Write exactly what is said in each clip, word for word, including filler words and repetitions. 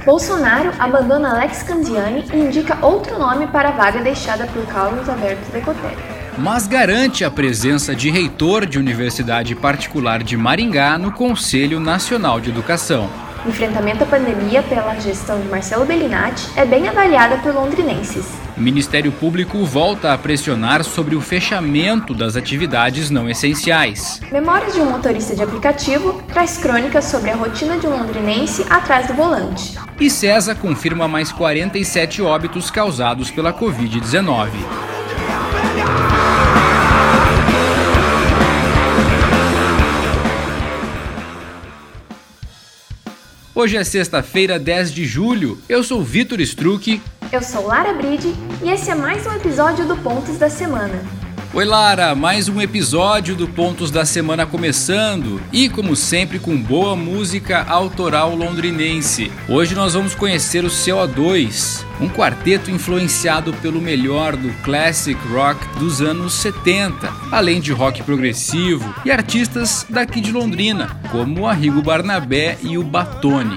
Bolsonaro abandona Alex Canziani e indica outro nome para a vaga deixada por Carlos Alberto Decotelli. Mas garante a presença de reitor de universidade particular de Maringá no Conselho Nacional de Educação. O enfrentamento à pandemia pela gestão de Marcelo Bellinati é bem avaliada por londrinenses. O Ministério Público volta a pressionar sobre o fechamento das atividades não essenciais. Memórias de um motorista de aplicativo traz crônicas sobre a rotina de um londrinense atrás do volante. E CESA confirma mais quarenta e sete óbitos causados pela covid dezenove. Hoje é sexta-feira, dez de julho. Eu sou Vitor Struck. Eu sou Lara Bride e esse é mais um episódio do Pontos da Semana. Oi Lara, mais um episódio do Pontos da Semana começando e, como sempre, com boa música autoral londrinense. Hoje nós vamos conhecer o C O dois, um quarteto influenciado pelo melhor do classic rock dos anos setenta, além de rock progressivo e artistas daqui de Londrina, como o Arrigo Barnabé e o Batone.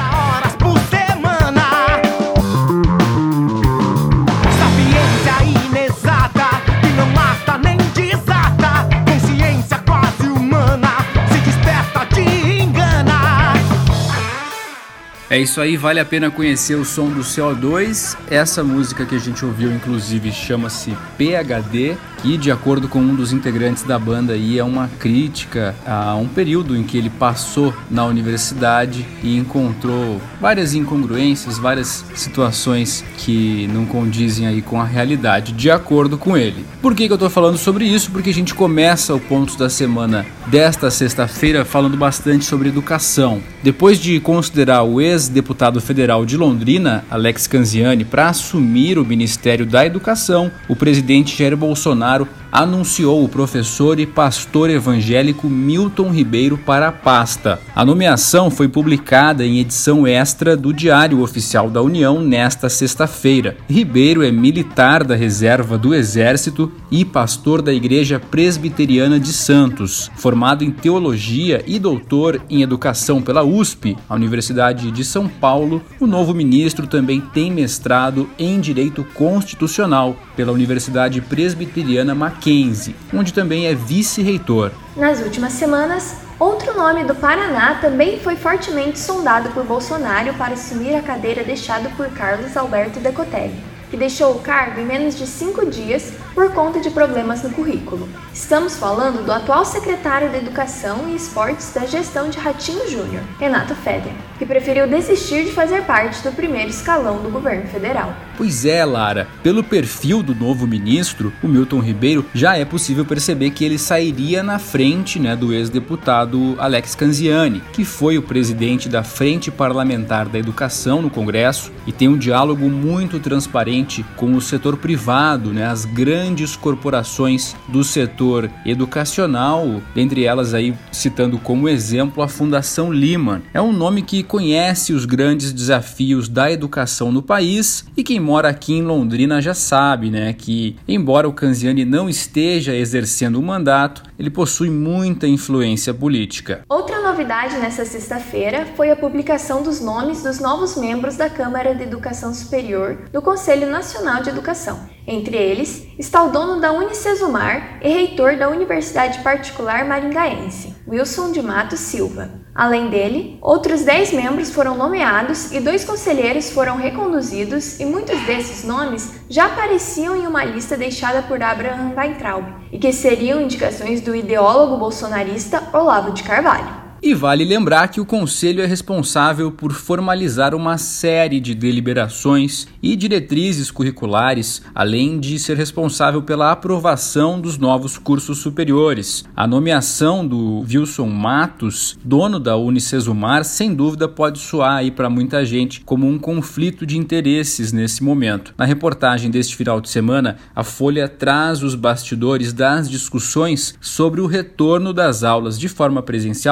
É isso aí, vale a pena conhecer o som do C O dois. Essa música que a gente ouviu, inclusive, chama-se P H D, que, de acordo com um dos integrantes da banda, aí, é uma crítica a um período em que ele passou na universidade e encontrou várias incongruências, várias situações que não condizem aí com a realidade, de acordo com ele. Por que que eu tô falando sobre isso? Porque a gente começa o Pontos da Semana desta sexta-feira falando bastante sobre educação. Depois de considerar o ex-deputado federal de Londrina, Alex Canziani, para assumir o Ministério da Educação, o presidente Jair Bolsonaro anunciou o professor e pastor evangélico Milton Ribeiro para a pasta. A nomeação foi publicada em edição extra do Diário Oficial da União nesta sexta-feira. Ribeiro é militar da reserva do Exército e pastor da Igreja Presbiteriana de Santos. Formado em Teologia e doutor em Educação pela U S P, a Universidade de São Paulo, o novo ministro também tem mestrado em Direito Constitucional pela Universidade Presbiteriana Mackenzie, onde também é vice-reitor. Nas últimas semanas, outro nome do Paraná também foi fortemente sondado por Bolsonaro para assumir a cadeira deixada por Carlos Alberto Decotelli, que deixou o cargo em menos de cinco dias por conta de problemas no currículo. Estamos falando do atual secretário da Educação e Esportes da gestão de Ratinho Júnior, Renato Feder, que preferiu desistir de fazer parte do primeiro escalão do governo federal. Pois é, Lara, pelo perfil do novo ministro, o Milton Ribeiro, já é possível perceber que ele sairia na frente, né, do ex-deputado Alex Canziani, que foi o presidente da Frente Parlamentar da Educação no Congresso e tem um diálogo muito transparente com o setor privado, né, as grandes corporações do setor educacional, dentre elas aí citando como exemplo a Fundação Lehman. É um nome que conhece os grandes desafios da educação no país e quem mora aqui em Londrina já sabe, né, que embora o Canziani não esteja exercendo o mandato, ele possui muita influência política. Outra novidade nessa sexta-feira foi a publicação dos nomes dos novos membros da Câmara de Educação Superior do Conselho Nacional de Educação. Entre eles está o dono da Unicesumar e reitor da Universidade Particular Maringaense, Wilson de Matos Silva. Além dele, outros dez membros foram nomeados e dois conselheiros foram reconduzidos e muitos desses nomes já apareciam em uma lista deixada por Abraham Weintraub e que seriam indicações do ideólogo bolsonarista Olavo de Carvalho. E vale lembrar que o Conselho é responsável por formalizar uma série de deliberações e diretrizes curriculares, além de ser responsável pela aprovação dos novos cursos superiores. A nomeação do Wilson Matos, dono da Unicesumar, sem dúvida pode soar aí para muita gente como um conflito de interesses nesse momento. Na reportagem deste final de semana, a Folha traz os bastidores das discussões sobre o retorno das aulas de forma presencial no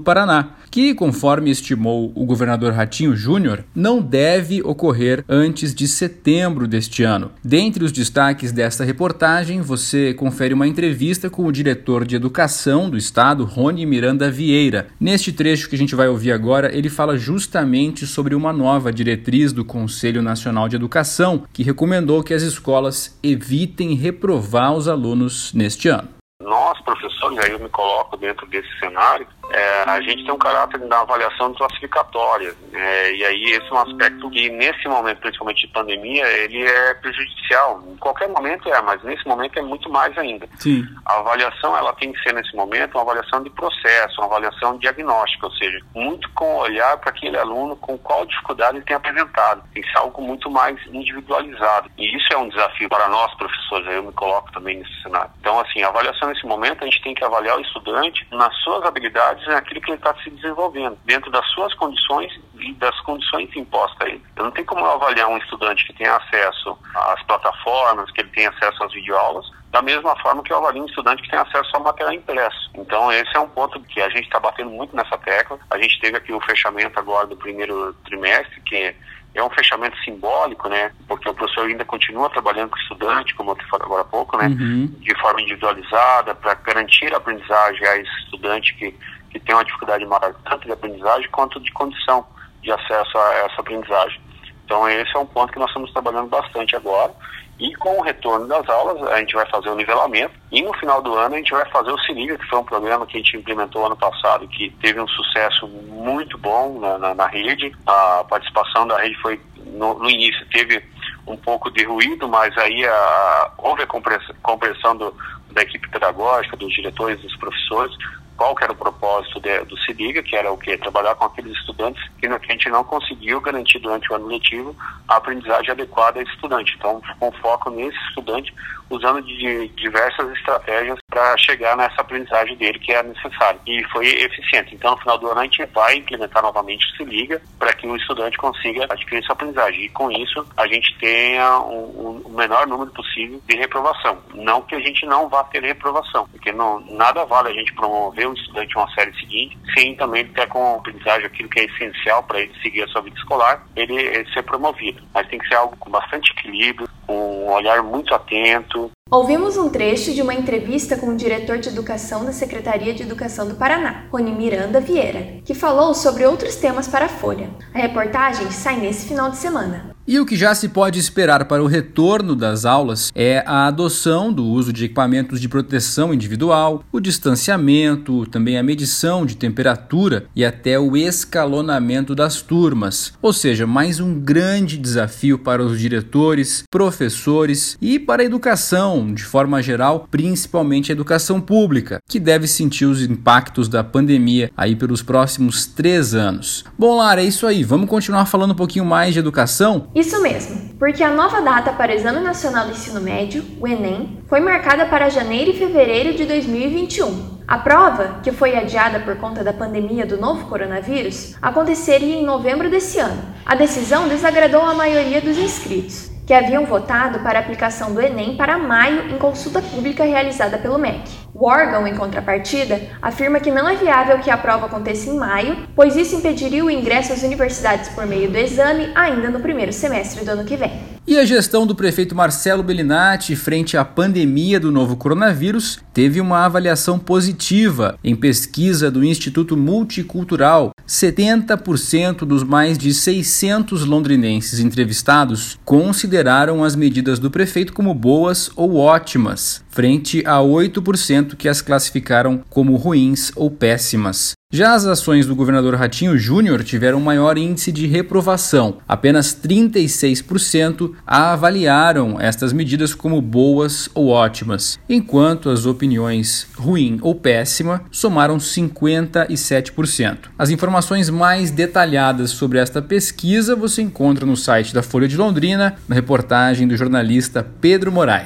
Paraná, que, conforme estimou o governador Ratinho Júnior, não deve ocorrer antes de setembro deste ano. Dentre os destaques desta reportagem, você confere uma entrevista com o diretor de Educação do Estado, Rony Miranda Vieira. Neste trecho que a gente vai ouvir agora, ele fala justamente sobre uma nova diretriz do Conselho Nacional de Educação, que recomendou que as escolas evitem reprovar os alunos neste ano. Nós, professores, aí eu me coloco dentro desse cenário, é, a gente tem um caráter da avaliação classificatória, é, e aí esse é um aspecto que nesse momento, principalmente de pandemia, ele é prejudicial. Em qualquer momento é, mas nesse momento é muito mais ainda. Sim. A avaliação, ela tem que ser nesse momento uma avaliação de processo, uma avaliação diagnóstica, ou seja, muito com olhar para aquele aluno com qual dificuldade ele tem apresentado. Tem que ser algo muito mais individualizado. E isso é um desafio para nós, professores, aí eu me coloco também nesse cenário. Então, assim, a avaliação nesse momento, a gente tem que avaliar o estudante nas suas habilidades, naquilo que ele está se desenvolvendo, dentro das suas condições e das condições impostas a ele. Eu não tenho como eu avaliar um estudante que tem acesso às plataformas, que ele tem acesso às videoaulas, da mesma forma que eu avalio um estudante que tem acesso ao material impresso. Então, esse é um ponto que a gente está batendo muito nessa tecla. A gente teve aqui o fechamento agora do primeiro trimestre, que é um fechamento simbólico, né? Porque o professor ainda continua trabalhando com o estudante, como eu te falei agora há pouco, né? Uhum. De forma individualizada, para garantir a aprendizagem a esse estudante que, que tem uma dificuldade maior, tanto de aprendizagem quanto de condição de acesso a essa aprendizagem. Então, esse é um ponto que nós estamos trabalhando bastante agora. E com o retorno das aulas, a gente vai fazer o nivelamento. E no final do ano, a gente vai fazer o Se Liga, que foi um programa que a gente implementou ano passado, que teve um sucesso muito bom na, na, na rede. A participação da rede foi, no, no início, teve um pouco de ruído, mas aí a, houve a compreensão, compreensão do, da equipe pedagógica, dos diretores, dos professores, qual que era o propósito de, do Se Liga, que era o quê? Trabalhar com aqueles estudantes que a gente não conseguiu garantir durante o ano letivo a aprendizagem adequada a esse estudante. Então, com foco nesse estudante, usando de diversas estratégias para chegar nessa aprendizagem dele que é necessária. E foi eficiente. Então, no final do ano, a gente vai implementar novamente o Se Liga para que o estudante consiga adquirir essa aprendizagem. E com isso, a gente tenha o um, um menor número possível de reprovação. Não que a gente não vá ter reprovação, porque não, nada vale a gente promover o estudante uma série seguinte, sem também ter com aprendizagem aquilo que é essencial para ele seguir a sua vida escolar, ele, ele ser promovido. Mas tem que ser algo com bastante equilíbrio, com um olhar muito atento. Ouvimos um trecho de uma entrevista com o diretor de Educação da Secretaria de Educação do Paraná, Rony Miranda Vieira, que falou sobre outros temas para a Folha. A reportagem sai nesse final de semana. E o que já se pode esperar para o retorno das aulas é a adoção do uso de equipamentos de proteção individual, o distanciamento, também a medição de temperatura e até o escalonamento das turmas. Ou seja, mais um grande desafio para os diretores, professores e para a educação, de forma geral, principalmente a educação pública, que deve sentir os impactos da pandemia aí pelos próximos três anos. Bom, Lara, é isso aí. Vamos continuar falando um pouquinho mais de educação? Isso mesmo, porque a nova data para o Exame Nacional do Ensino Médio, o Enem, foi marcada para janeiro e fevereiro de dois mil e vinte e um. A prova, que foi adiada por conta da pandemia do novo coronavírus, aconteceria em novembro desse ano. A decisão desagradou a maioria dos inscritos, que haviam votado para a aplicação do Enem para maio em consulta pública realizada pelo M E C. O órgão, em contrapartida, afirma que não é viável que a prova aconteça em maio, pois isso impediria o ingresso às universidades por meio do exame ainda no primeiro semestre do ano que vem. E a gestão do prefeito Marcelo Bellinati frente à pandemia do novo coronavírus teve uma avaliação positiva. Em pesquisa do Instituto Multicultural, setenta por cento dos mais de seiscentos londrinenses entrevistados consideraram as medidas do prefeito como boas ou ótimas, frente a oito por cento que as classificaram como ruins ou péssimas. Já as ações do governador Ratinho Júnior tiveram maior índice de reprovação. Apenas trinta e seis por cento avaliaram estas medidas como boas ou ótimas, enquanto as opiniões ruim ou péssima somaram cinquenta e sete por cento. As informações mais detalhadas sobre esta pesquisa você encontra no site da Folha de Londrina, na reportagem do jornalista Pedro Moraes.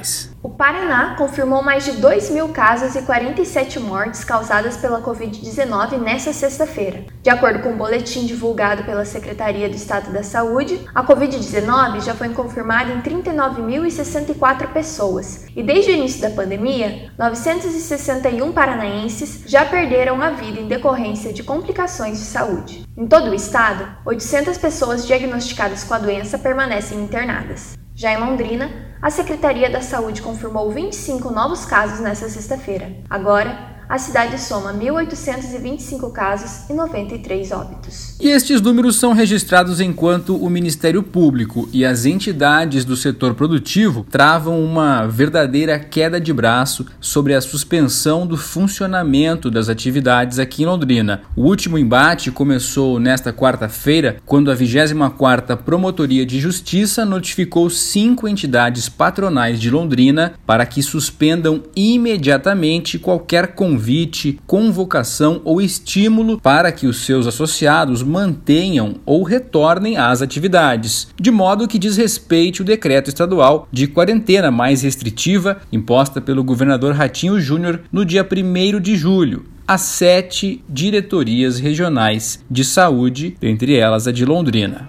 O Paraná confirmou mais de dois mil casos e quarenta e sete mortes causadas pela covid dezenove nesta sexta-feira. De acordo com o boletim divulgado pela Secretaria do Estado da Saúde, a covid dezenove já foi confirmada em trinta e nove mil e sessenta e quatro pessoas e desde o início da pandemia, novecentos e sessenta e um paranaenses já perderam a vida em decorrência de complicações de saúde. Em todo o estado, oitocentas pessoas diagnosticadas com a doença permanecem internadas. Já em Londrina, a Secretaria da Saúde confirmou vinte e cinco novos casos nesta sexta-feira. Agora, a cidade soma mil oitocentos e vinte e cinco casos e noventa e três óbitos. E estes números são registrados enquanto o Ministério Público e as entidades do setor produtivo travam uma verdadeira queda de braço sobre a suspensão do funcionamento das atividades aqui em Londrina. O último embate começou nesta quarta-feira, quando a vigésima quarta Promotoria de Justiça notificou cinco entidades patronais de Londrina para que suspendam imediatamente qualquer convite convite, convocação ou estímulo para que os seus associados mantenham ou retornem às atividades, de modo que desrespeite o decreto estadual de quarentena mais restritiva imposta pelo governador Ratinho Júnior no dia primeiro de julho. As sete diretorias regionais de saúde, dentre elas a de Londrina.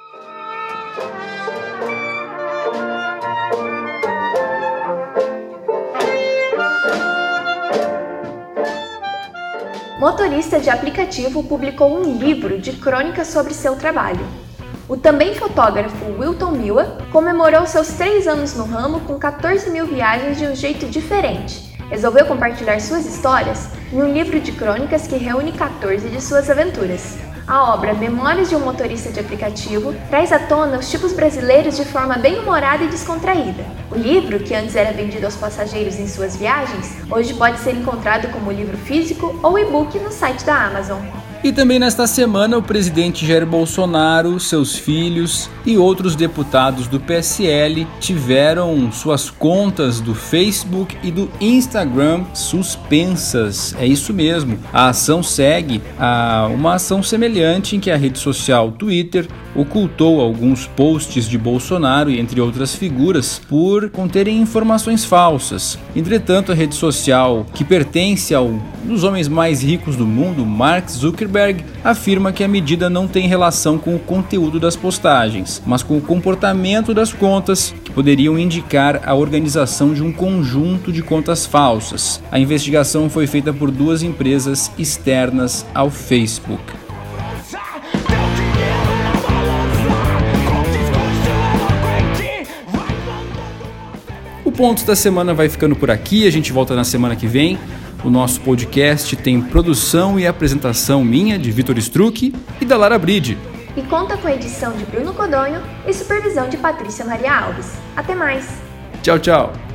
Motorista de aplicativo publicou um livro de crônicas sobre seu trabalho. O também fotógrafo Wilton Mila comemorou seus três anos no ramo com quatorze mil viagens de um jeito diferente. Resolveu compartilhar suas histórias em um livro de crônicas que reúne quatorze de suas aventuras. A obra Memórias de um Motorista de Aplicativo traz à tona os tipos brasileiros de forma bem humorada e descontraída. O livro, que antes era vendido aos passageiros em suas viagens, hoje pode ser encontrado como livro físico ou e-book no site da Amazon. E também nesta semana, o presidente Jair Bolsonaro, seus filhos e outros deputados do P S L tiveram suas contas do Facebook e do Instagram suspensas. É isso mesmo. A ação segue a uma ação semelhante em que a rede social Twitter ocultou alguns posts de Bolsonaro e entre outras figuras por conterem informações falsas. Entretanto, a rede social, que pertence ao um dos homens mais ricos do mundo, Mark Zuckerberg, afirma que a medida não tem relação com o conteúdo das postagens, mas com o comportamento das contas, que poderiam indicar a organização de um conjunto de contas falsas. A investigação foi feita por duas empresas externas ao Facebook. O Pontos da Semana vai ficando por aqui, a gente volta na semana que vem. O nosso podcast tem produção e apresentação minha, de Vitor Struck, e da Lara Bride. E conta com a edição de Bruno Codonho e supervisão de Patrícia Maria Alves. Até mais! Tchau, tchau!